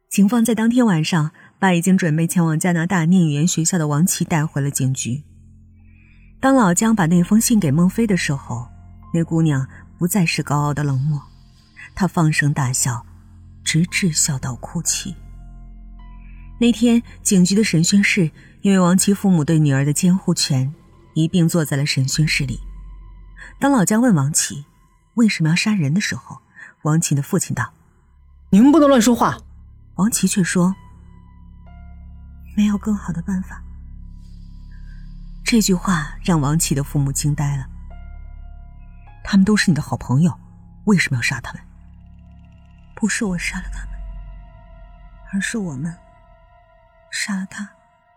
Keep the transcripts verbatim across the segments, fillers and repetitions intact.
警方在当天晚上把已经准备前往加拿大念语言学校的王琦带回了警局。当老姜把那封信给孟非的时候，那姑娘不再是高傲的冷漠，她放声大笑，直至笑到哭泣。那天警局的审讯室因为王琦父母对女儿的监护权，一并坐在了审讯室里。当老姜问王琦为什么要杀人的时候，王琦的父亲道： 你们不能乱说话。 王琦却说：没有更好的办法。这句话让王琦的父母惊呆了。他们都是你的好朋友，为什么要杀他们？不是我杀了他们，而是我们杀了他。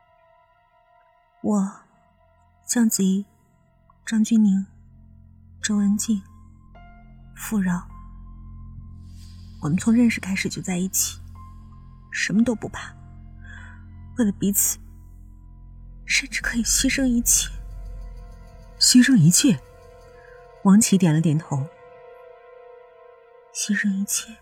我、姜子怡、张钧甯、周文静、傅饶，我们从认识开始就在一起，什么都不怕，为了彼此，甚至可以牺牲一切。 牺牲一切？ 王琦点了点头。牺牲一切，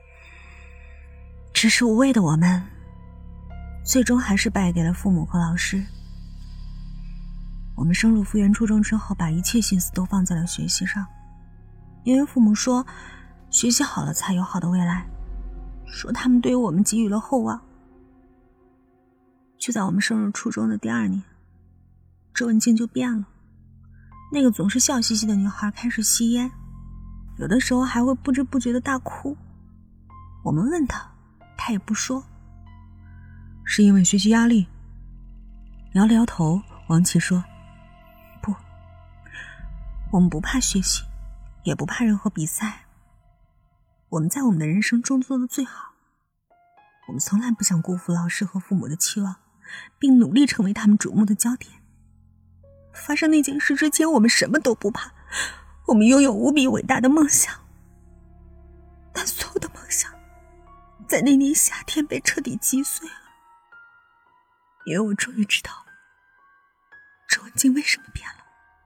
只是无畏的我们，最终还是败给了父母和老师。我们升入复原初中之后，把一切心思都放在了学习上，因为父母说学习好了才有好的未来，说他们对于我们给予了厚望。就在我们升入初中的第二年，周文静就变了。那个总是笑嘻嘻的女孩开始吸烟，有的时候还会不知不觉的大哭。我们问她，她也不说。 是因为学习压力？ 摇了摇头，王琦说：不，我们不怕学习，也不怕任何比赛。我们在我们的人生中做的最好，我们从来不想辜负老师和父母的期望，并努力成为他们瞩目的焦点。发生那件事之前，我们什么都不怕，我们拥有无比伟大的梦想。但所有的梦想在那年夏天被彻底击碎了，因为我终于知道周文静为什么变了。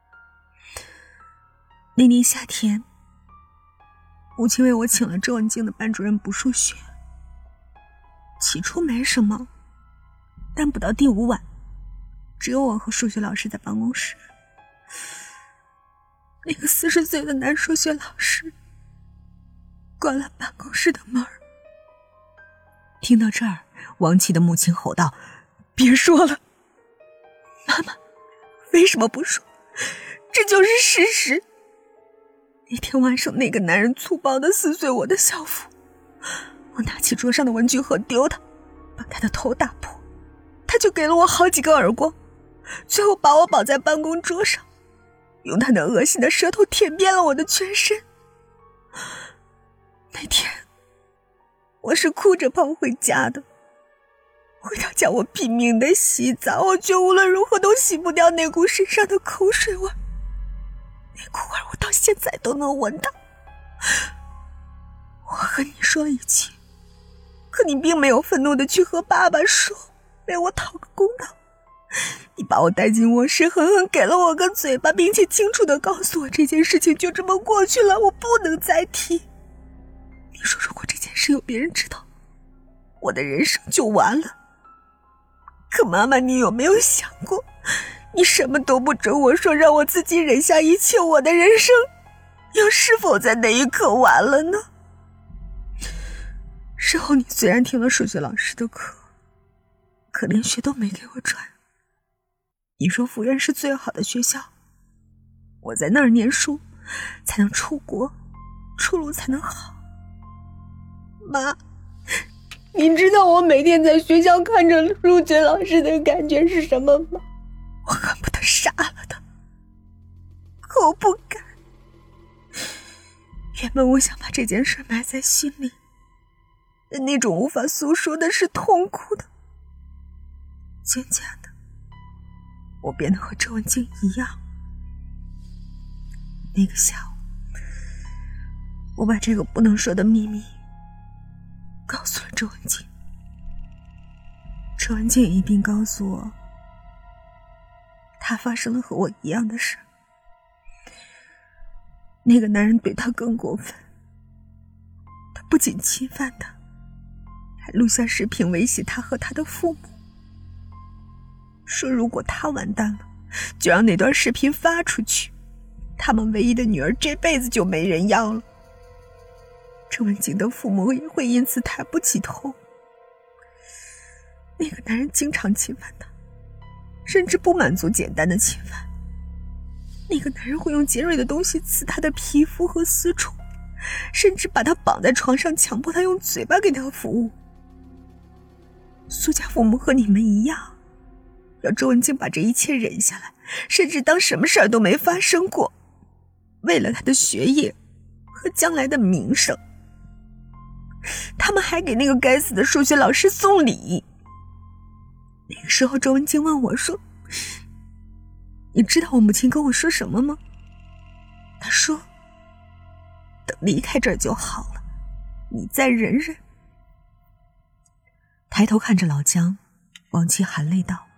那年夏天，母亲为我请了周文静的班主任补数学。起初没什么，但不到第五晚，只有我和数学老师在办公室。那个四十岁的男数学老师关了办公室的门。听到这儿，王琦的母亲吼道：别说了。妈妈，为什么不说？这就是事实。那天晚上，那个男人粗暴地撕碎我的校服，我拿起桌上的文具盒丢他，把他的头打破，他就给了我好几个耳光，最后把我绑在办公桌上，用他那恶心的舌头舔遍了我的全身。那天我是哭着跑回家的，回到家我拼命地洗澡，我觉得无论如何都洗不掉那股身上的口水味，那股味我到现在都能闻到。我和你说了一切，可你并没有愤怒地去和爸爸说，为我讨个公道。你把我带进卧室，狠狠给了我个嘴巴，并且清楚地告诉我这件事情就这么过去了，我不能再提。你说如果这件事有别人知道，我的人生就完了。可妈妈，你有没有想过，你什么都不准我说，让我自己忍下一切，我的人生又是否在那一刻完了呢？事后你虽然听了数学老师的课，可连学都没给我转。你说复原是最好的学校，我在那儿念书才能出国，出路才能好。妈，你知道我每天在学校看着数学老师的感觉是什么吗？我恨不得杀了他，可我不敢。原本我想把这件事埋在心里，但那种无法诉说的是痛苦的。渐渐的，我变得和周文静一样。那个下午，我把这个不能说的秘密告诉了周文静。周文静一并告诉我，他发生了和我一样的事。那个男人对他更过分，他不仅侵犯他， 还录下视频威胁他和他的父母，说如果他完蛋了，就让那段视频发出去，他们唯一的女儿这辈子就没人要了。郑文静的父母也会因此抬不起头。那个男人经常侵犯她，甚至不满足简单的侵犯。那个男人会用尖锐的东西刺她的皮肤和私处，甚至把她绑在床上，强迫她用嘴巴给他服务。苏家父母和你们一样，要周文静把这一切忍下来，甚至当什么事儿都没发生过，为了她的学业和将来的名声。他们还给那个该死的数学老师送礼。那个时候周文静问我说，你知道我母亲跟我说什么吗？她说，等离开这儿就好了，你再忍忍。 抬头看着老姜，王琦含泪道，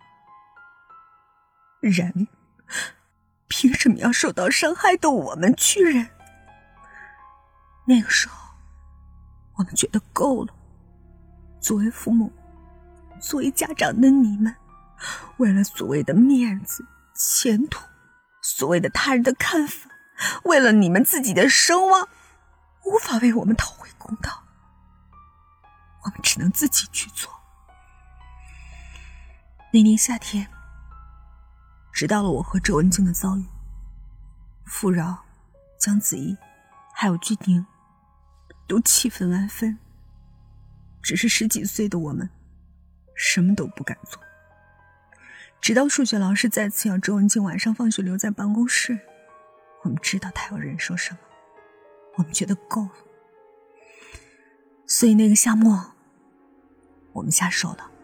忍？凭什么要受到伤害的我们去忍？那个时候我们觉得够了。作为父母，作为家长的你们，为了所谓的面子、前途，所谓的他人的看法，为了你们自己的声望，无法为我们讨回公道，我们只能自己去做。那年夏天，知道了我和周文静的遭遇，傅饶、姜子怡还有俊宁都气愤万分，只是十几岁的我们什么都不敢做。直到数学老师再次要周文静晚上放学留在办公室，我们知道他要忍受什么，我们觉得够了。所以那个夏末我们下手了。